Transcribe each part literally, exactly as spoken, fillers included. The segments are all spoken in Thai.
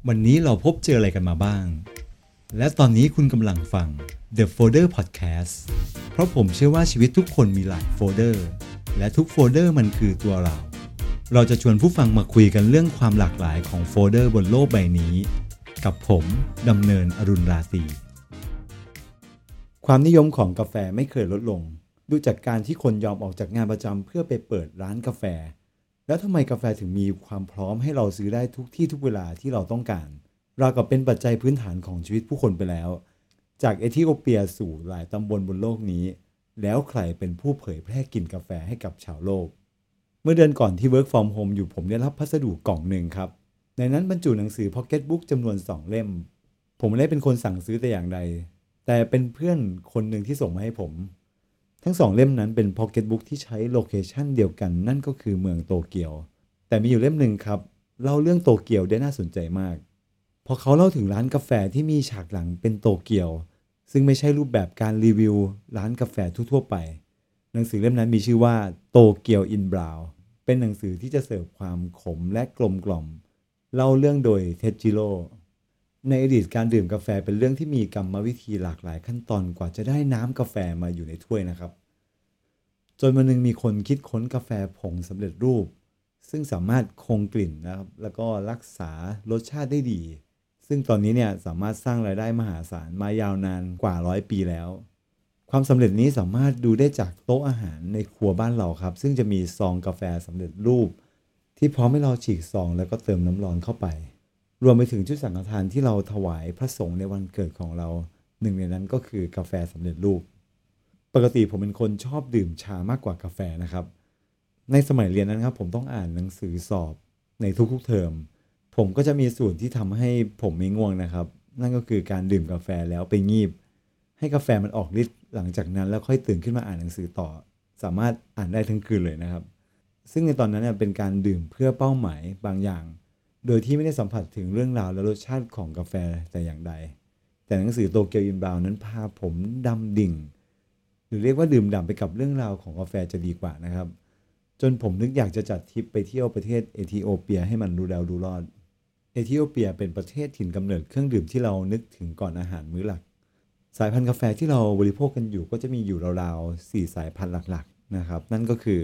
วันนี้เราพบเจออะไรกันมาบ้างและตอนนี้คุณกำลังฟัง The Folder Podcast เพราะผมเชื่อว่าชีวิตทุกคนมีหลายโฟลเดอร์และทุกโฟลเดอร์มันคือตัวเราเราจะชวนผู้ฟังมาคุยกันเรื่องความหลากหลายของโฟลเดอร์บนโลกใบนี้กับผมดำเนินอรุณราตรีความนิยมของกาแฟไม่เคยลดลงดูจากการที่คนยอมออกจากงานประจำเพื่อไปเปิดร้านกาแฟแล้วทำไมกาแฟถึงมีความพร้อมให้เราซื้อได้ทุกที่ทุกเวลาที่เราต้องการราวกับเป็นปัจจัยพื้นฐานของชีวิตผู้คนไปแล้วจากเอธิโอเปียสู่หลายตำบลบนโลกนี้แล้วใครเป็นผู้เผยแพร่กลิ่นกาแฟให้กับชาวโลกเมื่อเดือนก่อนที่ Work from Home อยู่ผมได้รับพัสดุกล่องหนึ่งครับในนั้นบรรจุหนังสือ Pocket Book จำนวนสองเล่มผมไม่ได้เป็นคนสั่งซื้อแต่อย่างใดแต่เป็นเพื่อนคนหนึ่งที่ส่งมาให้ผมทั้งสองเล่มนั้นเป็น Pocket Book ที่ใช้โลเคชั่นเดียวกันนั่นก็คือเมืองโตเกียวแต่มีอยู่เล่มหนึ่งครับเล่าเรื่องโตเกียวได้น่าสนใจมากพอเขาเล่าถึงร้านกาแฟที่มีฉากหลังเป็นโตเกียวซึ่งไม่ใช่รูปแบบการรีวิวร้านกาแฟทั่วๆไปหนังสือเล่มนั้นมีชื่อว่าโตเกียวอินบราวน์เป็นหนังสือที่จะเสิร์ฟความขมและกลมกล่อมเล่าเรื่องโดยเทจิโร่ในอดีตการดื่มกาแฟเป็นเรื่องที่มีกรรมวิธีหลากหลายขั้นตอนกว่าจะได้น้ำกาแฟมาอยู่ในถ้วยนะครับจนวันหนึ่งมีคนคิดค้นกาแฟผงสำเร็จรูปซึ่งสามารถคงกลิ่นนะครับแล้วก็รักษารสชาติได้ดีซึ่งตอนนี้เนี่ยสามารถสร้างรายได้มหาศาลมายาวนานกว่าร้อยปีแล้วความสำเร็จนี้สามารถดูได้จากโต๊ะอาหารในครัวบ้านเราครับซึ่งจะมีซองกาแฟสำเร็จรูปที่พร้อมให้เราฉีกซองแล้วก็เติมน้ำร้อนเข้าไปรวมไปถึงชุดสังฆทานที่เราถวายพระสงฆ์ในวันเกิดของเราหนึ่งในนั้นก็คือกาแฟสำเร็จรูปปกติผมเป็นคนชอบดื่มชามากกว่ากาแฟนะครับในสมัยเรียนนั้นครับผมต้องอ่านหนังสือสอบในทุกๆเทอมผมก็จะมีส่วนที่ทำให้ผมไม่ง่วงนะครับนั่นก็คือการดื่มกาแฟแล้วไปงีบให้กาแฟมันออกฤทธิ์หลังจากนั้นแล้วค่อยตื่นขึ้นมาอ่านหนังสือต่อสามารถอ่านได้ทั้งคืนเลยนะครับซึ่งในตอนนั้นเนี่ยเป็นการดื่มเพื่อเป้าหมายบางอย่างโดยที่ไม่ได้สัมผัสถึงเรื่องราวและรสชาติของกาแฟแต่อย่างใดแต่หนังสือโตเกียวอินบราวน์นั้นพาผมดำดิ่งหรือเรียกว่าดื่มด่ำไปกับเรื่องราวของกาแฟจะดีกว่านะครับจนผมนึกอยากจะจัดทริปไปเที่ยวประเทศเอธิโอเปียให้มันรู้แล้วรู้รอดเอธิโอเปียเป็นประเทศถิ่นกำเนิดเครื่องดื่มที่เรานึกถึงก่อนอาหารมื้อหลักสายพันธุ์กาแฟที่เราบริโภคกันอยู่ก็จะมีอยู่ราวๆสี่สายพันธุ์หลักๆนะครับนั่นก็คือ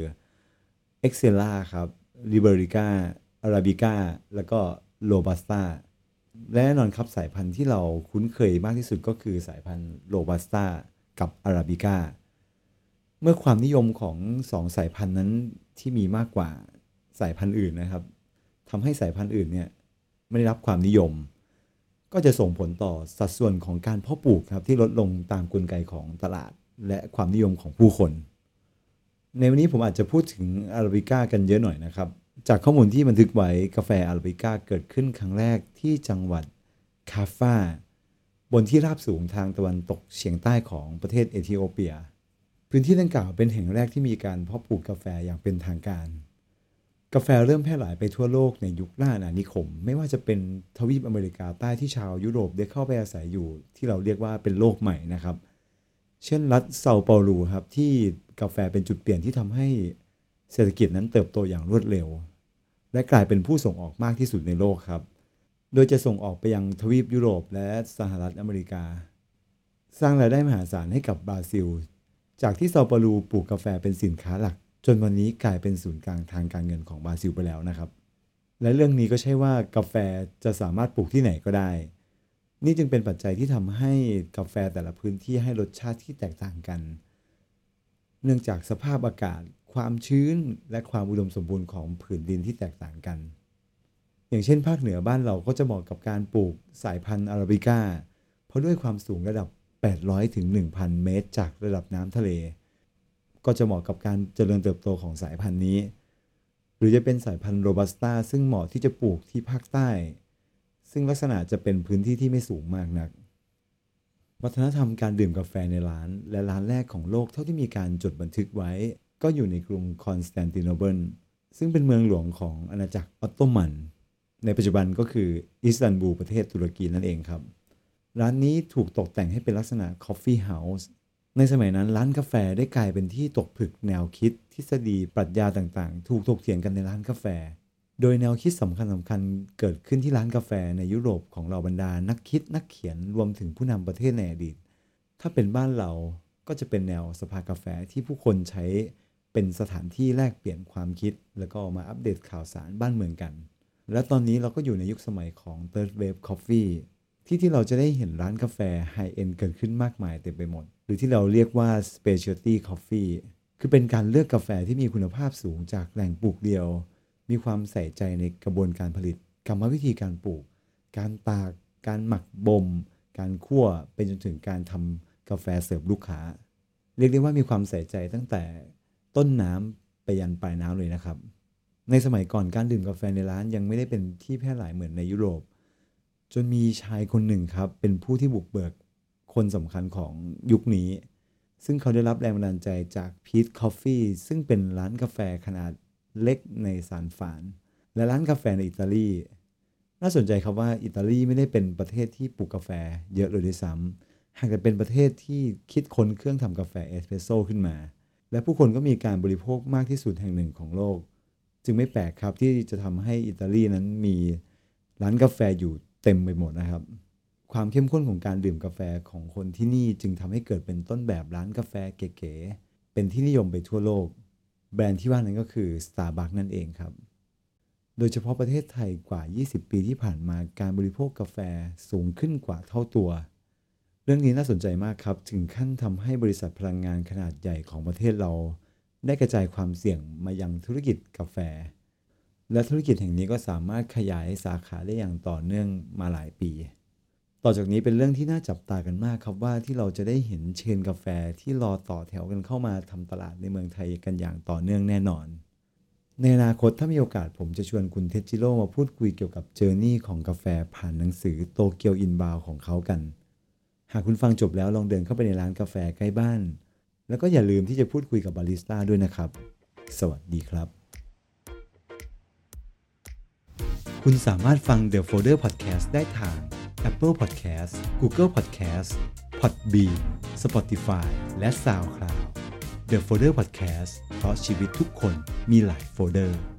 Exela ครับ Liberica Arabica แล้วก็ Robusta และแน่นอนครับสายพันธุ์ที่เราคุ้นเคยมากที่สุดก็คือสายพันธุ์ Robusta กับ Arabica เมื่อความนิยมของสองสายพันธุ์นั้นที่มีมากกว่าสายพันธุ์อื่นนะครับทำให้สายพันธุ์อื่นเนี่ยไม่ได้รับความนิยมก็จะส่งผลต่อสัดส่วนของการเพาะปลูกครับที่ลดลงตามกลไกของตลาดและความนิยมของผู้คนในวันนี้ผมอาจจะพูดถึงอาราบิก้ากันเยอะหน่อยนะครับจากข้อมูลที่บันทึกไว้กาแฟอาราบิก้าเกิดขึ้นครั้งแรกที่จังหวัดคาฟาบนที่ราบสูงทางตะวันตกเฉียงใต้ของประเทศเอธิโอเปียพื้นที่ดังกล่าวเป็นแห่งแรกที่มีการเพาะปลูกกาแฟอย่างเป็นทางการกาแฟเริ่มแพร่หลายไปทั่วโลกในยุคล่าอาณานิคมไม่ว่าจะเป็นทวีปอเมริกาใต้ที่ชาวยุโรปได้เข้าไปอาศัยอยู่ที่เราเรียกว่าเป็นโลกใหม่นะครับเช่นรัฐเซาเปาโลครับที่กาแฟเป็นจุดเปลี่ยนที่ทำให้เศรษฐกิจนั้นเติบโตอย่างรวดเร็วและกลายเป็นผู้ส่งออกมากที่สุดในโลกครับโดยจะส่งออกไปยังทวีปยุโรปและสหรัฐอเมริกาสร้างรายได้มหาศาลให้กับบราซิลจากที่เซาเปาโลปลูกกาแฟเป็นสินค้าหลักจนวันนี้กลายเป็นศูนย์กลางทางการเงินของบราซิลไปแล้วนะครับและเรื่องนี้ก็ใช่ว่ากาแฟจะสามารถปลูกที่ไหนก็ได้นี่จึงเป็นปัจจัยที่ทำให้กาแฟแต่ละพื้นที่ให้รสชาติที่แตกต่างกันเนื่องจากสภาพอากาศความชื้นและความอุดมสมบูรณ์ของผืนดินที่แตกต่างกันอย่างเช่นภาคเหนือบ้านเราก็จะเหมาะกับการปลูกสายพันธุ์อาราบิก้าเพราะด้วยความสูงระดับแปดร้อยถึง หนึ่งพัน เมตรจากระดับน้ำทะเลก็จะเหมาะกับการเจริญเติบโตของสายพันธุ์นี้หรือจะเป็นสายพันธุ์โรบัสต้าซึ่งเหมาะที่จะปลูกที่ภาคใต้ซึ่งลักษณะจะเป็นพื้นที่ที่ไม่สูงมากนักวัฒนธรรมการดื่มกาแฟในร้านและร้านแรกของโลกเท่าที่มีการจดบันทึกไว้ก็อยู่ในกรุงคอนสแตนติโนเปิลซึ่งเป็นเมืองหลวงของอาณาจักรออตโตมันในปัจจุบันก็คืออิสตันบูลประเทศตุรกีนั่นเองครับร้านนี้ถูกตกแต่งให้เป็นลักษณะคอฟฟี่เฮาส์ในสมัยนั้นร้านกาแฟได้กลายเป็นที่ตกผลึกแนวคิดทฤษฎีปรัชญาต่างๆถูกถกเถียงกันในร้านกาแฟโดยแนวคิดสำคัญสำคัญเกิดขึ้นที่ร้านกาแฟในยุโรปของเหล่าบรรดานักคิดนักเขียนรวมถึงผู้นำประเทศในอดีตถ้าเป็นบ้านเราก็จะเป็นแนวสภากาแฟที่ผู้คนใช้เป็นสถานที่แลกเปลี่ยนความคิดแล้วก็มาอัปเดตข่าวสารบ้านเมืองกันและตอนนี้เราก็อยู่ในยุคสมัยของ Third Wave Coffee ที่ที่เราจะได้เห็นร้านกาแฟ High End เกิดขึ้นมากมายเต็มไปหมดหรือที่เราเรียกว่า Specialty Coffee คือเป็นการเลือกกาแฟที่มีคุณภาพสูงจากแหล่งปลูกเดียวมีความใส่ใจในกระบวนการผลิตกรรมวิธีการปลูกการตากการหมักบ่มการคั่วเป็นจนถึงการทำกาแฟเสิร์ฟลูกค้าเรียกได้ว่ามีความใส่ใจตั้งแต่ต้นน้ำไปยันปลายน้ำเลยนะครับในสมัยก่อนการดื่มกาแฟในร้านยังไม่ได้เป็นที่แพร่หลายเหมือนในยุโรปจนมีชายคนหนึ่งครับเป็นผู้ที่บุกเบิกคนสำคัญของยุคนี้ซึ่งเขาได้รับแรงบันดาลใจจากพีทคอฟฟี่ซึ่งเป็นร้านกาแฟขนาดเล็กในซานฟรานและร้านกาแฟในอิตาลีน่าสนใจครับว่าอิตาลีไม่ได้เป็นประเทศที่ปลูกกาแฟเยอะเลยด้วยซ้ำหากแต่เป็นประเทศที่คิดค้นเครื่องทำกาแฟเอสเปรสโซ่ขึ้นมาและผู้คนก็มีการบริโภคมากที่สุดแห่งหนึ่งของโลกจึงไม่แปลกครับที่จะทำให้อิตาลีนั้นมีร้านกาแฟอยู่เต็มไปหมดนะครับความเข้มข้นของการดื่มกาแฟของคนที่นี่จึงทำให้เกิดเป็นต้นแบบร้านกาแฟเก๋ๆเป็นที่นิยมไปทั่วโลกแบรนด์ที่ว่านั้นก็คือ Starbucks นั่นเองครับโดยเฉพาะประเทศไทยกว่ายี่สิบปีที่ผ่านมาการบริโภคกาแฟสูงขึ้นกว่าเท่าตัวเรื่องนี้น่าสนใจมากครับถึงขั้นทำให้บริษัทพลังงานขนาดใหญ่ของประเทศเราได้กระจายความเสี่ยงมายังธุรกิจกาแฟและธุรกิจแห่งนี้ก็สามารถขยายสาขาได้อย่างต่อเนื่องมาหลายปีต่อจากนี้เป็นเรื่องที่น่าจับตากันมากครับว่าที่เราจะได้เห็นเชนกาแฟที่รอต่อแถวกันเข้ามาทำตลาดในเมืองไทยกันอย่างต่อเนื่องแน่นอนในอนาคตถ้ามีโอกาสผมจะชวนคุณเทจิโร่มาพูดคุยเกี่ยวกับเจอร์นี่ของกาแฟผ่านหนังสือโตเกียวอินบาวของเขากันหากคุณฟังจบแล้วลองเดินเข้าไปในร้านกาแฟใกล้บ้านแล้วก็อย่าลืมที่จะพูดคุยกับบาริสต้าด้วยนะครับสวัสดีครับคุณสามารถฟัง The Folder Podcast ได้ทาง Apple Podcast Google Podcast Podbean Spotify และ SoundCloud The Folder Podcast เพราะชีวิตทุกคนมีหลายโฟลเดอร์